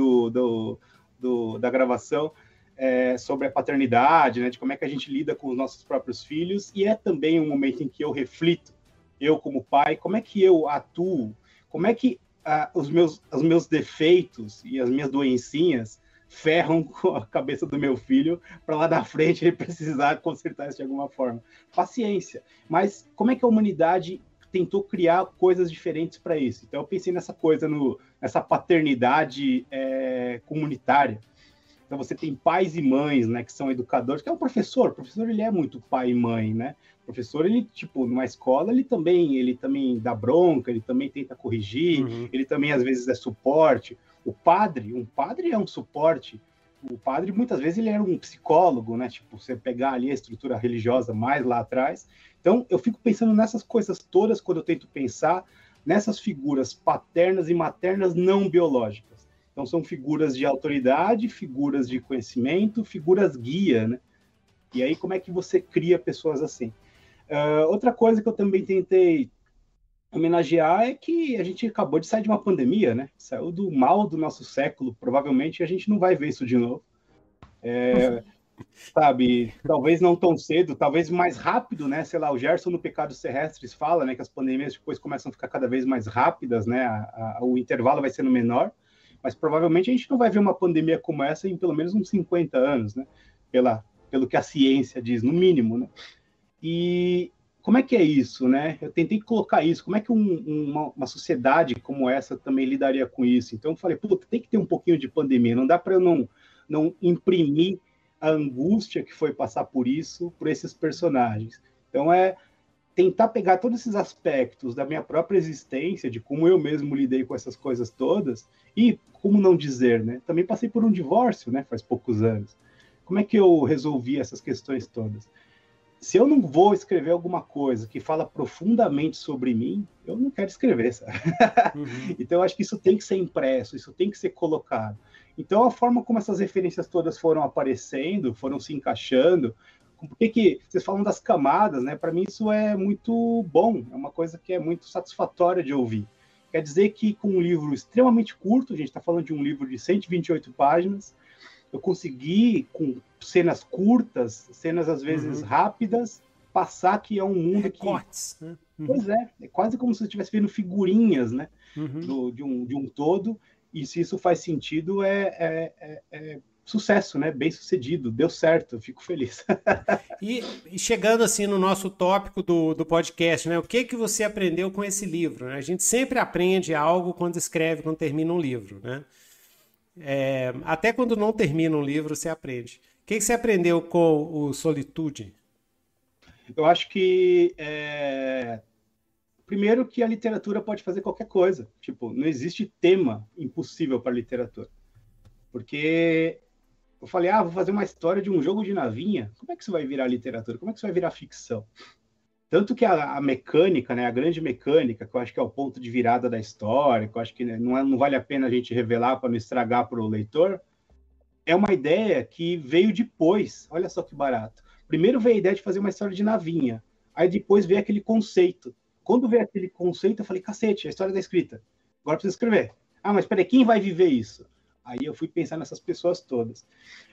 da gravação sobre a paternidade, né, de como é que a gente lida com os nossos próprios filhos, e é também um momento em que eu reflito, eu como pai, como é que eu atuo, como é que os meus defeitos e as minhas doencinhas ferram com a cabeça do meu filho para lá na frente ele precisar consertar isso de alguma forma. Paciência. Mas como é que a humanidade tentou criar coisas diferentes para isso? Então eu pensei nessa coisa, nessa paternidade comunitária. Então você tem pais e mães, né, que são educadores, que é um professor. O professor, ele é muito pai e mãe, né? O professor, ele, tipo, numa escola, ele também dá bronca, ele também tenta corrigir, ele também, às vezes, é suporte. Um padre é um suporte. O padre, muitas vezes, ele era um psicólogo, né? Tipo, você pegar ali a estrutura religiosa mais lá atrás. Então, eu fico pensando nessas coisas todas quando eu tento pensar nessas figuras paternas e maternas não biológicas. Então, são figuras de autoridade, figuras de conhecimento, figuras guia, né? E aí, como é que você cria pessoas assim? Outra coisa que eu também tentei homenagear é que a gente acabou de sair de uma pandemia, né? Saiu do mal do nosso século, provavelmente a gente não vai ver isso de novo. Sabe, talvez não tão cedo, talvez mais rápido, né? Sei lá, o Gerson no Pecados Terrestres fala, né, que as pandemias depois começam a ficar cada vez mais rápidas, né? O intervalo vai sendo menor, mas provavelmente a gente não vai ver uma pandemia como essa em pelo menos uns 50 anos, né? Pelo que a ciência diz, no mínimo, né? E como é que é isso, né? Eu tentei colocar isso, como é que uma sociedade como essa também lidaria com isso? Então eu falei, puta, tem que ter um pouquinho de pandemia, não dá para eu não imprimir a angústia que foi passar por isso, por esses personagens. Então é tentar pegar todos esses aspectos da minha própria existência, de como eu mesmo lidei com essas coisas todas, e como não dizer, né? Também passei por um divórcio, né? Faz poucos anos. Como é que eu resolvi essas questões todas? Se eu não vou escrever alguma coisa que fala profundamente sobre mim, eu não quero escrever, sabe? Uhum. Então, eu acho que isso tem que ser impresso, isso tem que ser colocado. Então, a forma como essas referências todas foram aparecendo, foram se encaixando, por que vocês falam das camadas, né? Para mim, isso é muito bom, é uma coisa que é muito satisfatória de ouvir. Quer dizer que com um livro extremamente curto, a gente está falando de um livro de 128 páginas, eu consegui, com cenas curtas, cenas às vezes rápidas, passar que é um mundo recortes, que... Né? Pois é quase como se eu estivesse vendo figurinhas, né? De um todo, e se isso faz sentido, é sucesso, né? Bem sucedido, deu certo, eu fico feliz. E chegando assim no nosso tópico do podcast, né? O que você aprendeu com esse livro? Né? A gente sempre aprende algo quando escreve, quando termina um livro, né? Até quando não termina um livro, você aprende. O que você aprendeu com o Solitude? Eu acho que primeiro que a literatura pode fazer qualquer coisa. Tipo, não existe tema impossível para a literatura. Porque eu falei, vou fazer uma história de um jogo de navinha. Como é que isso vai virar literatura? Como é que isso vai virar ficção? Tanto que a mecânica, né, a grande mecânica, que eu acho que é o ponto de virada da história, que eu acho que não vale a pena a gente revelar para não estragar para o leitor, é uma ideia que veio depois. Olha só que barato. Primeiro veio a ideia de fazer uma história de navinha. Aí depois veio aquele conceito. Quando veio aquele conceito, eu falei, cacete, a história da escrita. Agora eu preciso escrever. Mas peraí, quem vai viver isso? Aí eu fui pensar nessas pessoas todas.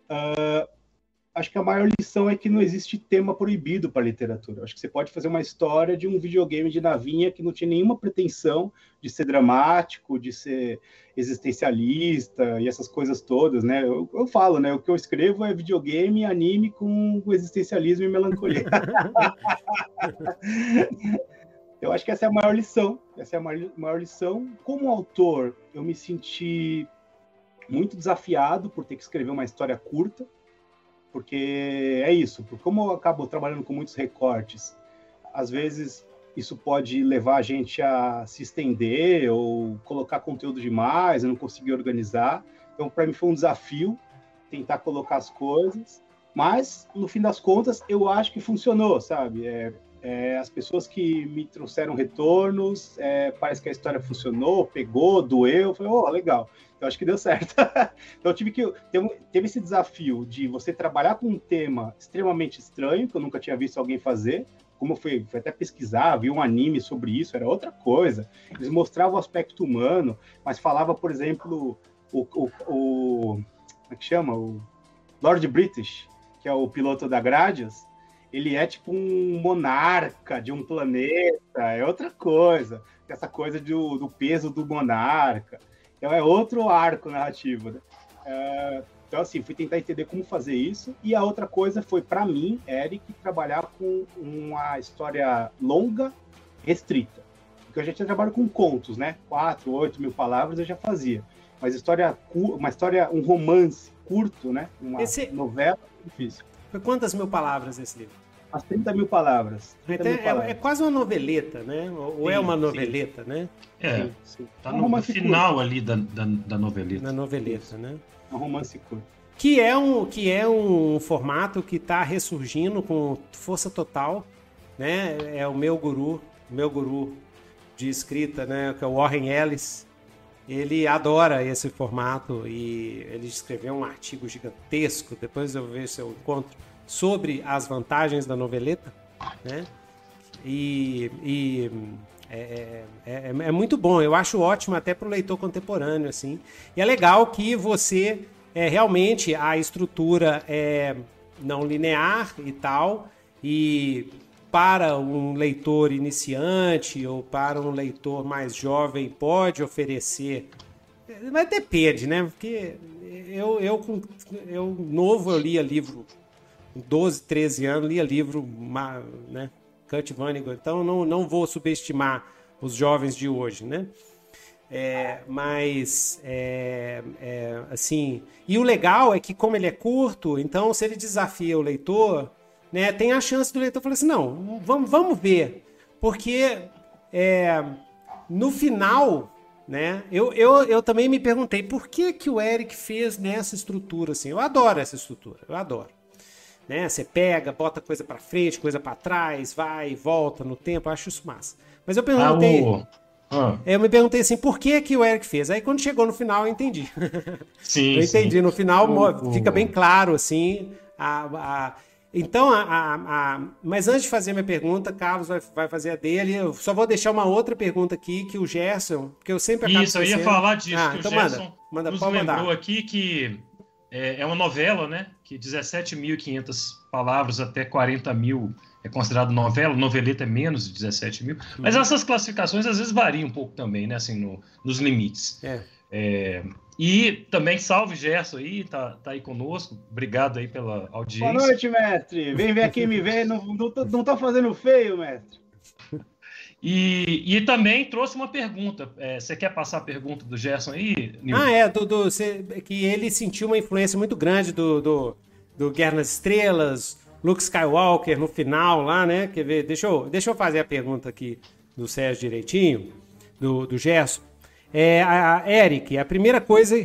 Acho que a maior lição é que não existe tema proibido para a literatura. Acho que você pode fazer uma história de um videogame de navinha que não tinha nenhuma pretensão de ser dramático, de ser existencialista e essas coisas todas, né? Eu falo, né? O que eu escrevo é videogame, anime com existencialismo e melancolia. Eu acho que essa é a maior lição. Essa é a maior lição. Como autor, eu me senti muito desafiado por ter que escrever uma história curta, porque é isso, porque como eu acabo trabalhando com muitos recortes, às vezes isso pode levar a gente a se estender ou colocar conteúdo demais, eu não conseguir organizar. Então, para mim foi um desafio tentar colocar as coisas, mas no fim das contas eu acho que funcionou, sabe? As pessoas que me trouxeram retornos, parece que a história funcionou, pegou, doeu, eu falei, legal. Então, acho que deu certo. Então, teve esse desafio de você trabalhar com um tema extremamente estranho, que eu nunca tinha visto alguém fazer. Como eu fui até pesquisar, vi um anime sobre isso, era outra coisa. Eles mostravam o aspecto humano, mas falava, por exemplo, como é que chama? O Lord British, que é o piloto da Gradius, ele é tipo um monarca de um planeta, é outra coisa. Essa coisa do peso do monarca. Então, é outro arco narrativo, né? Então, assim, fui tentar entender como fazer isso. E a outra coisa foi, para mim, Eric, trabalhar com uma história longa, restrita. Porque eu já tinha trabalhado com contos, né? 4, 8 mil palavras eu já fazia. Mas um romance curto, né? Uma novela, é difícil. Foi quantas mil palavras esse livro? As 30 mil palavras. 30 mil palavras. É quase uma noveleta, né? Ou é uma noveleta, né? Sim. Tá no final curto ali da noveleta. Na noveleta, né? É um romance curto. Que é um formato que está ressurgindo com força total. né? É o meu guru de escrita, né? Que é o Warren Ellis. Ele adora esse formato e ele escreveu um artigo gigantesco, depois eu vejo se eu encontro, sobre as vantagens da noveleta, né? É muito bom, eu acho ótimo até para o leitor contemporâneo, assim. E é legal que você, realmente, a estrutura é não linear e tal, e para um leitor iniciante ou para um leitor mais jovem pode oferecer, mas depende, né? Porque eu novo, eu lia livro, 12, 13 anos, lia livro, né? Kurt Vonnegut, então não vou subestimar os jovens de hoje, né? Assim, e o legal é que como ele é curto, então se ele desafia o leitor, né, tem a chance do leitor falar assim, não, vamos ver, porque no final, né, eu também me perguntei por que o Eric fez nessa estrutura assim. Eu adoro essa estrutura, eu adoro, né? Você pega, bota coisa para frente, coisa para trás, vai e volta no tempo, eu acho isso massa. Mas eu perguntei, eu me perguntei assim, por que o Eric fez? Aí quando chegou no final eu entendi. Sim, eu entendi, sim. No final fica bem claro assim, então, mas antes de fazer minha pergunta, Carlos vai fazer a dele. Eu só vou deixar uma outra pergunta aqui, que o Gerson, porque eu sempre acabo Isso, eu ia falar disso, que então o Gerson manda, nos pode lembrou mandar. aqui que é uma novela, né? Que 17.500 palavras até 40.000 é considerado novela, noveleta é menos de 17.000. Mas essas classificações às vezes variam um pouco também, né? Assim, nos limites. E também salve Gerson aí, tá aí conosco. Obrigado aí pela audiência. Boa noite, mestre. Vem aqui me ver. Não tô fazendo feio, mestre. E também trouxe uma pergunta. Você quer passar a pergunta do Gerson aí, Nilton? Que ele sentiu uma influência muito grande do Guerra nas Estrelas, Luke Skywalker no final lá, né? Quer ver? Deixa eu fazer a pergunta aqui do Sérgio direitinho, do Gerson. Eric, a primeira coisa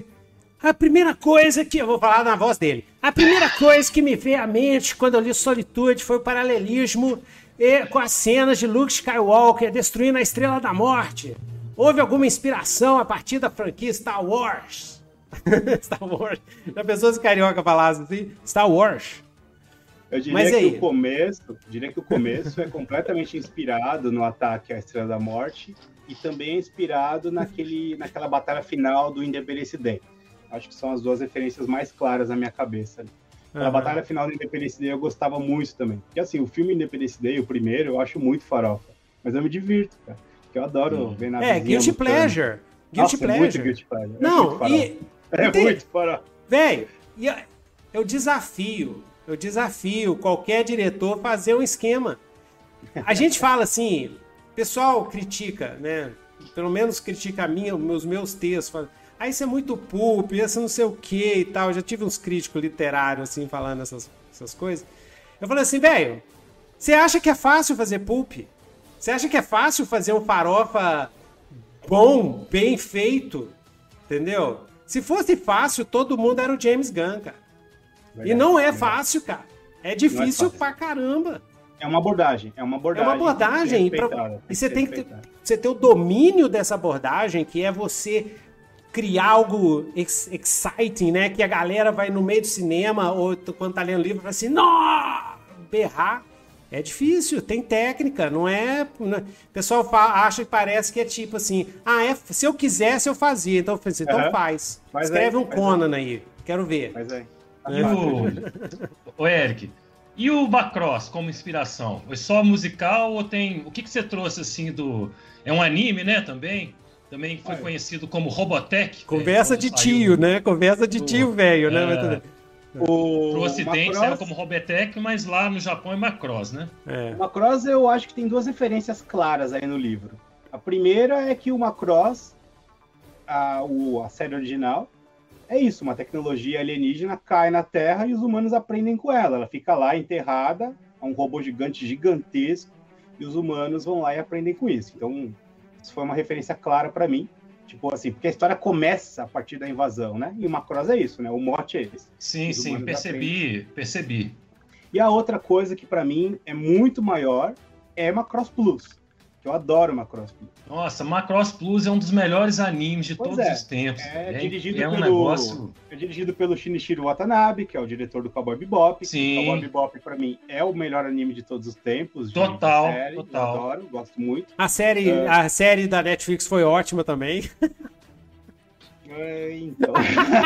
que eu vou falar na voz dele. A primeira coisa que me veio à mente quando eu li Solitude foi o paralelismo com as cenas de Luke Skywalker destruindo a Estrela da Morte. Houve alguma inspiração a partir da franquia Star Wars? Star Wars. Já pensou se carioca falasse assim? Star Wars. Eu diria que o começo é completamente inspirado no ataque à Estrela da Morte e também é inspirado naquela batalha final do Independence Day. Acho que são as duas referências mais claras na minha cabeça. A batalha final do Independence Day eu gostava muito também. Porque assim, o filme Independence Day, o primeiro, eu acho muito farofa. Mas eu me divirto, cara. Porque eu adoro ver na Guilty Pleasure. Muito Guilty Pleasure. Não, muito farofa. Véi, eu desafio qualquer diretor a fazer um esquema. A gente fala assim, o pessoal critica, né? Pelo menos critica os meus textos. Fala, isso é muito pulp, isso não sei o que e tal. Eu já tive uns críticos literários assim, falando essas coisas. Eu falei assim, velho, você acha que é fácil fazer pulp? Você acha que é fácil fazer um farofa bom, bem feito? Entendeu? Se fosse fácil, todo mundo era o James Gunn, cara. Verdade, e não é fácil, cara. É difícil pra caramba. É uma abordagem. E você tem que ter o domínio dessa abordagem, que é você criar algo exciting, né? Que a galera vai no meio do cinema ou quando tá lendo livro, fala assim, não! Berrar. É difícil, tem técnica, não é... O pessoal acha que parece que é tipo assim, se eu quisesse eu fazia, então faz. Escreve um Conan aí, quero ver. Mas o Eric, e o Macross como inspiração? É só musical ou tem... O que você trouxe assim do... É um anime, né, também? Também foi conhecido como Robotech. Conversa de tio, né? Conversa de tio velho, né? Pro Ocidente Macross saiu como Robotech, mas lá no Japão é Macross, né? O Macross eu acho que tem duas referências claras aí no livro. A primeira é que o Macross, a série original, é isso, uma tecnologia alienígena cai na Terra e os humanos aprendem com ela. Ela fica lá enterrada, é um robô gigantesco, e os humanos vão lá e aprendem com isso. Então, isso foi uma referência clara para mim. Tipo assim, porque a história começa a partir da invasão, né? E o Macross é isso, né? O mote é esse. Sim, percebi. E a outra coisa que para mim é muito maior é Macross Plus. Eu adoro Macross Plus. Nossa, Macross Plus é um dos melhores animes de todos os tempos. É dirigido pelo Shinichiro Watanabe, que é o diretor do Cowboy Bebop. Sim. O Cowboy Bebop, pra mim, é o melhor anime de todos os tempos. Total. Eu adoro, gosto muito. A série da Netflix foi ótima também. Então.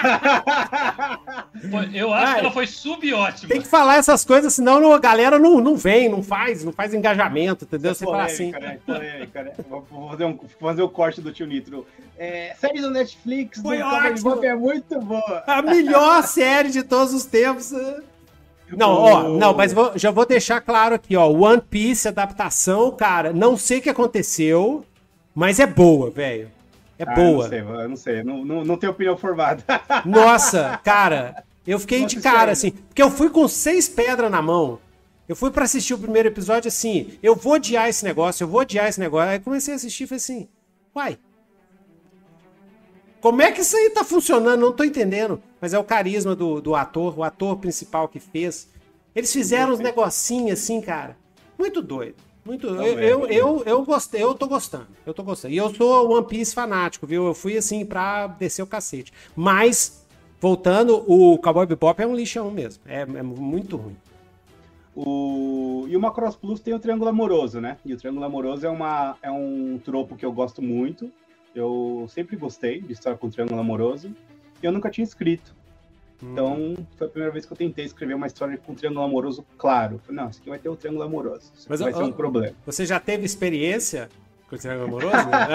Eu acho que ela foi subótima. Tem que falar essas coisas, senão a galera não vem, não faz engajamento, entendeu? Você fala assim. Polêmica, né? Vou fazer o corte do Tio Nitro. Série do Netflix foi ótimo. É muito boa. A melhor série de todos os tempos. Não, mas já vou deixar claro aqui, ó. One Piece, adaptação, cara, não sei o que aconteceu, mas é boa, velho. É boa. Eu não sei. Não tenho opinião formada. Nossa, cara, eu fiquei de cara, assim, porque eu fui com 6 pedras na mão. Eu fui pra assistir o primeiro episódio, assim, eu vou odiar esse negócio. Aí comecei a assistir e falei assim, uai, como é que isso aí tá funcionando? Não tô entendendo. Mas é o carisma do ator, o ator principal que fez. Eles fizeram uns negocinhos assim, cara, muito doido. Eu gostei, eu tô gostando. E eu sou One Piece fanático, viu? Eu fui assim pra descer o cacete. Mas, voltando, o Cowboy Bebop é um lixão mesmo. É muito ruim. E o Macross Plus tem o Triângulo Amoroso, né? E o Triângulo Amoroso é um tropo que eu gosto muito. Eu sempre gostei de história com o Triângulo Amoroso. E eu nunca tinha escrito. Então, foi a primeira vez que eu tentei escrever uma história com um triângulo amoroso claro. Falei, não, isso aqui vai ter um triângulo amoroso. Isso vai ser um problema. Você já teve experiência com o triângulo amoroso?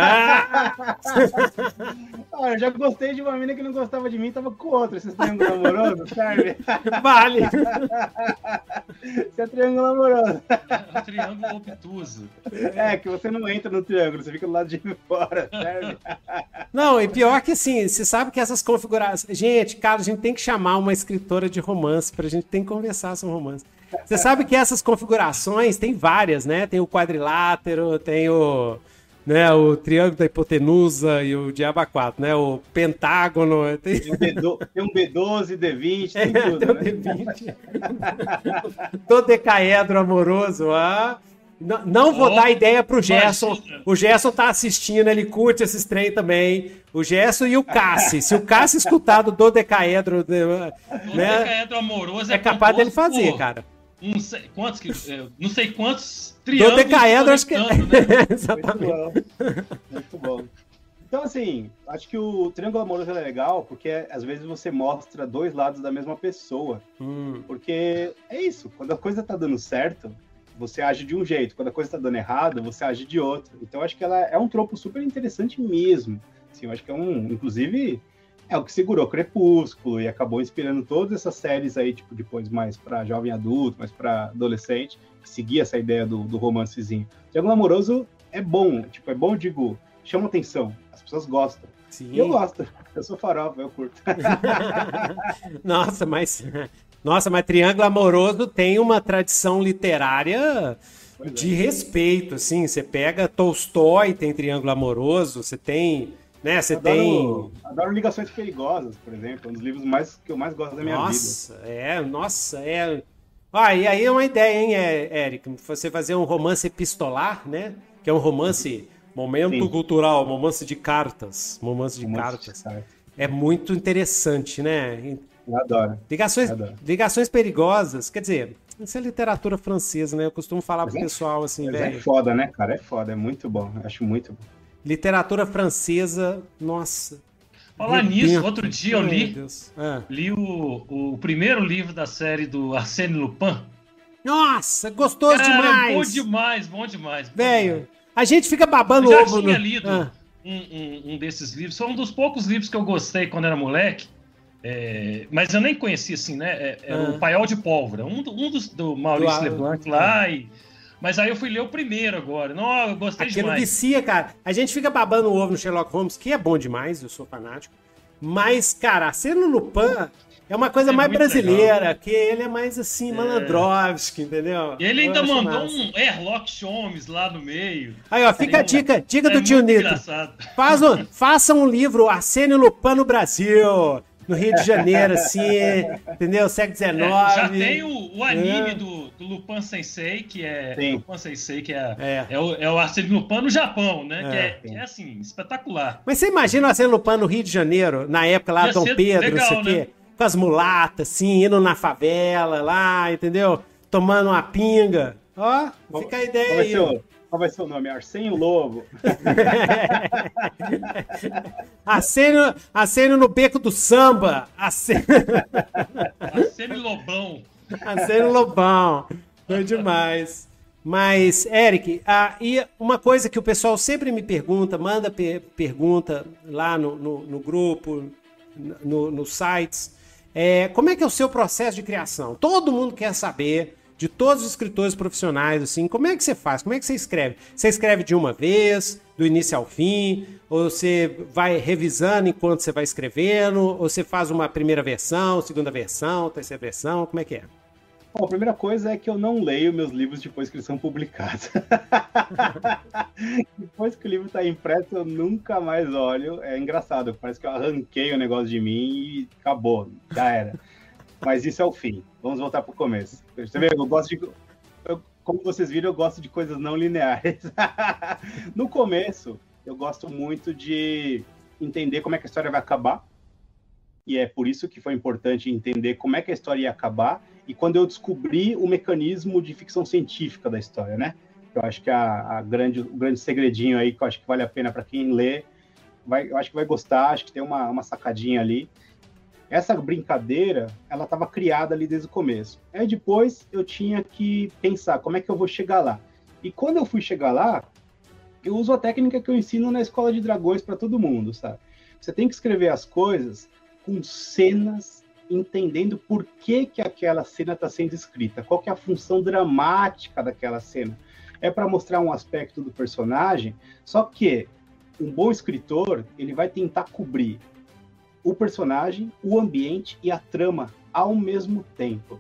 Eu já gostei de uma mina que não gostava de mim e tava com outra. Esse triângulo amoroso, serve? Vale! Isso é triângulo amoroso. É um triângulo obtuso. Que você não entra no triângulo, você fica do lado de fora, serve? Não, e pior que assim, você sabe que essas configurações... Gente, cara, a gente tem que chamar uma escritora de romance pra gente ter que conversar sobre romance. Você sabe que essas configurações, tem várias, né? Tem o quadrilátero, tem o triângulo da hipotenusa e o diabo 4, né? O pentágono. Tem um B12, D20, tem tudo, né? D20. Dodecaedro amoroso, Não vou dar ideia pro Gerson. O Gerson tá assistindo, ele curte esses trem também. O Gerson e o Cassi. Se o Cassi escutar do dodecaedro, né? Dodecaedro amoroso é capaz dele fazer, cara. Não sei quantos triângulos. Dodecaedro, acho que. Né? Exatamente. Muito bom. Então, assim, acho que o Triângulo Amoroso é legal porque às vezes você mostra 2 lados da mesma pessoa. Porque é isso, quando a coisa tá dando certo, você age de um jeito. Quando a coisa tá dando errado, você age de outro. Então, acho que ela é um tropo super interessante mesmo. Assim, eu acho que inclusive, é o que segurou Crepúsculo e acabou inspirando todas essas séries aí, tipo, depois mais pra jovem adulto, mais pra adolescente, que seguia essa ideia do romancezinho. Triângulo Amoroso é bom, digo, chama atenção. As pessoas gostam. Sim. E eu gosto. Eu sou farofa, eu curto. Nossa, mas Triângulo Amoroso tem uma tradição literária de respeito, assim. Você pega Tolstói, tem Triângulo Amoroso, você tem, né? Adoro Ligações Perigosas, por exemplo, um dos livros que eu mais gosto da minha vida. E aí é uma ideia, hein, Eric? Você fazer um romance epistolar, né? Que é um romance momento cultural, romance de cartas. É muito interessante, né? Eu adoro. Ligações Perigosas, quer dizer, isso é literatura francesa, né? Eu costumo falar pro pessoal assim, velho. É foda, né, cara? É foda, é muito bom. Eu acho muito bom. Literatura francesa, nossa. Falar nisso, outro dia eu li o primeiro livro da série do Arsène Lupin. Nossa, gostoso demais. Bom demais. Velho, a gente fica babando eu ovo. Já tinha lido um desses livros. Foi um dos poucos livros que eu gostei quando era moleque. Mas eu nem conhecia, assim, né? Era o Paiol de Pólvora, um dos do Maurice Leblanc lá. Mas aí eu fui ler o primeiro agora. Não, eu gostei demais. Aquilo vicia, cara. A gente fica babando o ovo no Sherlock Holmes, que é bom demais, eu sou fanático. Mas, cara, Arsène Lupin é uma coisa mais brasileira, legal, que ele é mais assim, Malandrovski, entendeu? Ele ainda mandou um Sherlock Holmes lá no meio. Aí, ó, fica a dica do tio Nitro. Faça um livro, Arsène Lupin no Brasil. no Rio de Janeiro, assim, entendeu? Século XIX. Já tem o anime do Lupin Sensei, que é Lupin Sensei, que é o Arsène Lupin no Japão, né? Que é assim, espetacular. Mas você imagina o Arsène Lupin no Rio de Janeiro, na época lá, Dom Pedro, legal, não sei o quê, com as mulatas, assim, indo na favela lá, entendeu? Tomando uma pinga. Ó, fica a ideia aí. Qual vai ser o nome? Arsênio Lobo. Arsênio no beco do samba. Arsênio Lobão. Arsênio Lobão. Foi demais. Mas, Eric, e uma coisa que o pessoal sempre me pergunta, manda pergunta lá no grupo, nos sites, como é que é o seu processo de criação? Todo mundo quer saber, de todos os escritores profissionais, assim, como é que você faz? Como é que você escreve? Você escreve de uma vez, do início ao fim? Ou você vai revisando enquanto você vai escrevendo? Ou você faz uma primeira versão, segunda versão, terceira versão? Como é que é? Bom, a primeira coisa é que eu não leio meus livros depois que eles são publicados. Depois que o livro está impresso, eu nunca mais olho. É engraçado, parece que eu arranquei o negócio de mim e acabou, já era. Mas isso é o fim. Vamos voltar para o começo. Você vê, como vocês viram, eu gosto de coisas não lineares. No começo, eu gosto muito de entender como é que a história vai acabar. E é por isso que foi importante entender como é que a história ia acabar. E quando eu descobri o mecanismo de ficção científica da história, né? Eu acho que o grande segredinho aí, que eu acho que vale a pena para quem lê, eu acho que vai gostar, acho que tem uma sacadinha ali. Essa brincadeira, ela estava criada ali desde o começo. Aí depois eu tinha que pensar como é que eu vou chegar lá. E quando eu fui chegar lá, eu uso a técnica que eu ensino na Escola de Dragões para todo mundo, sabe? Você tem que escrever as coisas com cenas, entendendo por que aquela cena está sendo escrita, qual que é a função dramática daquela cena. É para mostrar um aspecto do personagem, só que um bom escritor, ele vai tentar cobrir o personagem, o ambiente e a trama ao mesmo tempo,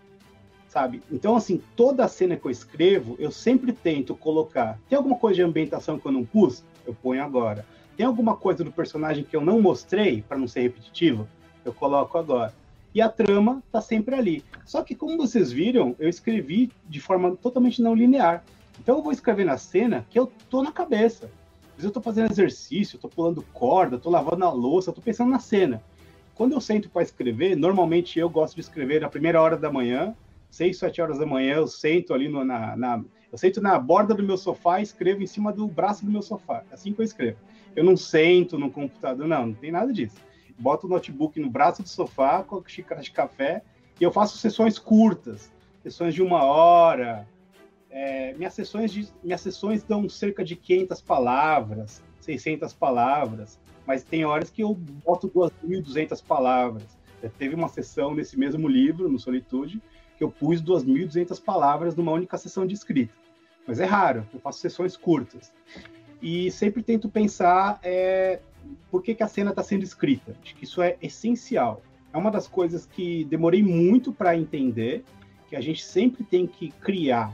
sabe? Então, assim, toda a cena que eu escrevo, eu sempre tento colocar... Tem alguma coisa de ambientação que eu não pus? Eu ponho agora. Tem alguma coisa do personagem que eu não mostrei, para não ser repetitivo? Eu coloco agora. E a trama tá sempre ali. Só que, como vocês viram, eu escrevi de forma totalmente não linear. Então, eu vou escrever na cena que eu tô na cabeça. Às vezes eu tô fazendo exercício, eu tô pulando corda, tô lavando a louça, eu tô pensando na cena. Quando eu sento para escrever, normalmente eu gosto de escrever na primeira hora da manhã, 6, 7 horas da manhã, eu sento ali eu sento na borda do meu sofá e escrevo em cima do braço do meu sofá. É assim que eu escrevo. Eu não sento no computador, não tem nada disso. Boto o notebook no braço do sofá com a xícara de café e eu faço sessões curtas, sessões de 1 hora. Minhas sessões dão cerca de 500 palavras, 600 palavras, mas tem horas que eu boto 2.200 palavras. Teve uma sessão nesse mesmo livro, no Solitude, que eu pus 2.200 palavras numa única sessão de escrita. Mas é raro, eu faço sessões curtas. E sempre tento pensar por que a cena está sendo escrita. Acho que isso é essencial. É uma das coisas que demorei muito para entender, que a gente sempre tem que criar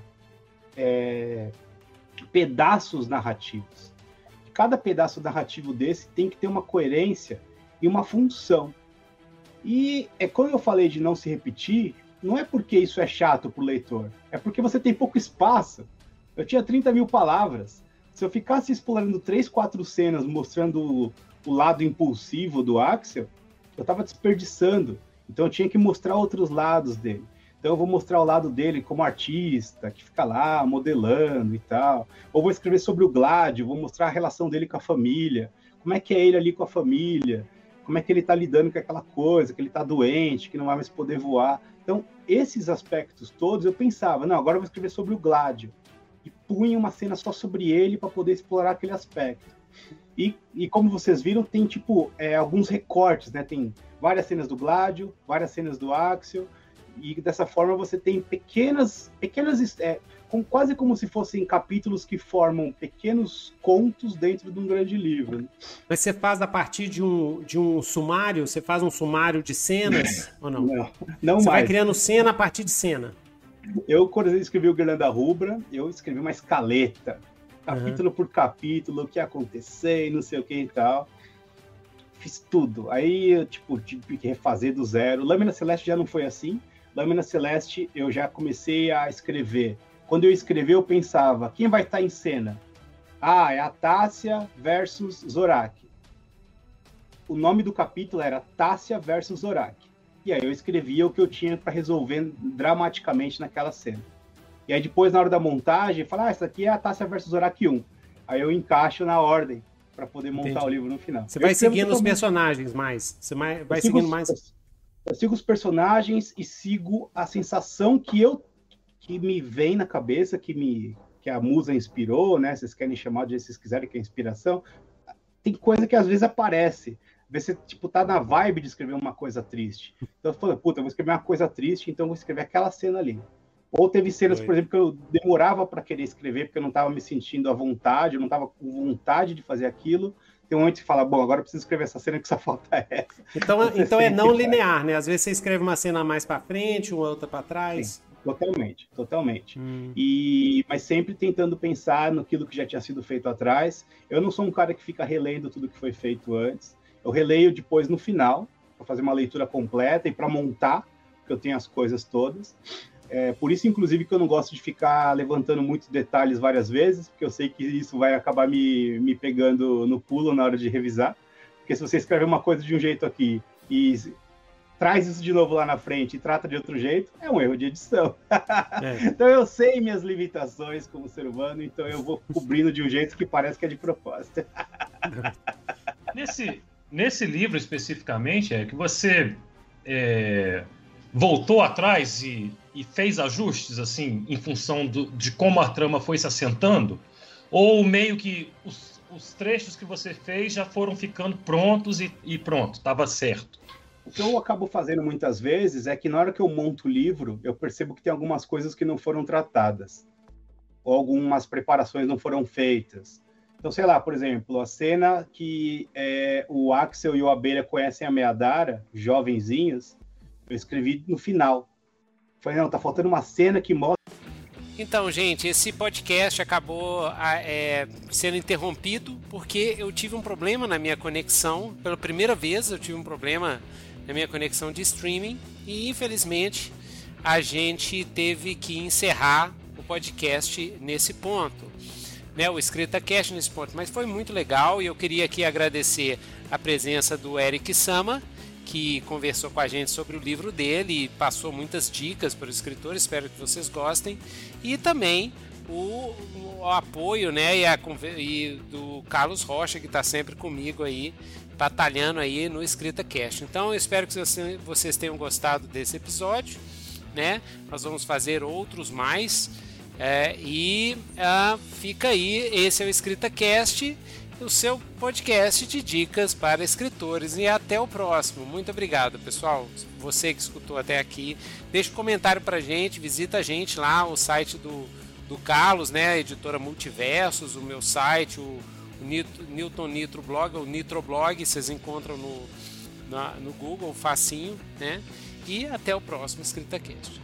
pedaços narrativos. Cada pedaço narrativo desse tem que ter uma coerência e uma função. E quando eu falei de não se repetir, não é porque isso é chato para o leitor, é porque você tem pouco espaço. Eu tinha 30.000 palavras. Se eu ficasse explorando 3, 4 cenas mostrando o lado impulsivo do Axel, eu estava desperdiçando. Então eu tinha que mostrar outros lados dele. Então eu vou mostrar o lado dele como artista, que fica lá modelando e tal. Ou vou escrever sobre o Gládio, vou mostrar a relação dele com a família. Como é que é ele ali com a família? Como é que ele está lidando com aquela coisa, que ele está doente, que não vai mais poder voar. Então, esses aspectos todos, eu pensava, não, agora eu vou escrever sobre o Gládio. E punha uma cena só sobre ele para poder explorar aquele aspecto. E como vocês viram, tem alguns recortes, né? Tem várias cenas do Gládio, várias cenas do Axel, e dessa forma você tem pequenas quase como se fossem capítulos que formam pequenos contos dentro de um grande livro. Né? Mas você faz a partir de um sumário? Você faz um sumário de cenas ou não? Não você mais. Vai criando cena a partir de cena? Eu, quando eu escrevi o Guirlanda Rubra, eu escrevi uma escaleta, capítulo por capítulo, o que ia acontecer, não sei o que e tal. fiz tudo. Aí eu, tipo, tive que refazer do zero. Lâmina Celeste já não foi assim. Lâmina Celeste eu já comecei a escrever. Quando eu escrevi, eu pensava, quem vai estar em cena? É a Tássia versus Zorak. O nome do capítulo era Tássia versus Zorak. E aí eu escrevia o que eu tinha para resolver dramaticamente naquela cena. E aí depois, na hora da montagem, eu falei, essa aqui é a Tássia versus Zorak 1. Aí eu encaixo na ordem para poder montar o livro no final. Você vai seguindo os personagens mais? Você vai seguindo mais? Eu sigo os personagens e sigo a sensação que me vem na cabeça, que a musa inspirou, né? Vocês querem chamar de vocês quiserem, que é inspiração. Tem coisa que às vezes aparece. Você, tipo, tá na vibe de escrever uma coisa triste. Então eu falo, eu vou escrever uma coisa triste, então eu vou escrever aquela cena ali. Ou teve cenas, por exemplo, que eu demorava para querer escrever, porque eu não estava me sentindo à vontade, eu não estava com vontade de fazer aquilo. Tem um momento que você fala, bom, agora eu preciso escrever essa cena que só falta essa. Então é não linear, né? Às vezes você escreve uma cena mais para frente, uma outra para trás. Sim, totalmente. Mas sempre tentando pensar naquilo que já tinha sido feito atrás. Eu não sou um cara que fica relendo tudo que foi feito antes. Eu releio depois no final, para fazer uma leitura completa e para montar, porque eu tenho as coisas todas. Por isso, inclusive, que eu não gosto de ficar levantando muitos detalhes várias vezes, porque eu sei que isso vai acabar me pegando no pulo na hora de revisar. Porque se você escreve uma coisa de um jeito aqui e traz isso de novo lá na frente e trata de outro jeito, é um erro de edição. Então eu sei minhas limitações como ser humano, então eu vou cobrindo de um jeito que parece que é de propósito. Nesse livro especificamente, é que você voltou atrás e fez ajustes assim em função de como a trama foi se assentando? Ou meio que os trechos que você fez já foram ficando prontos e pronto, estava certo? O que eu acabo fazendo muitas vezes é que na hora que eu monto o livro, eu percebo que tem algumas coisas que não foram tratadas, ou algumas preparações não foram feitas. Então, sei lá, por exemplo, a cena que o Axel e o Abelha conhecem a Meadara, jovenzinhos, eu escrevi no final. Falei, não, tá faltando uma cena que mostra... Então, gente, esse podcast acabou sendo interrompido porque eu tive um problema na minha conexão. Pela primeira vez eu tive um problema na minha conexão de streaming e, infelizmente, a gente teve que encerrar o podcast nesse ponto. O EscritaCast nesse ponto, mas foi muito legal e eu queria aqui agradecer a presença do Eric Sama, que conversou com a gente sobre o livro dele e passou muitas dicas para os escritores, espero que vocês gostem, e também o apoio, né, e do Carlos Rocha, que está sempre comigo aí, batalhando aí no EscritaCast. Então eu espero que vocês tenham gostado desse episódio, né? Nós vamos fazer outros mais. Fica aí, esse é o EscritaCast, o seu podcast de dicas para escritores, e até o próximo. Muito obrigado, pessoal, você que escutou até aqui, deixa um comentário pra gente, visita a gente lá, o site do Carlos, né, a editora Multiversos, o meu site, o Newton Nitro Blog, o Nitroblog, vocês encontram no Google, facinho, né, e até o próximo EscritaCast.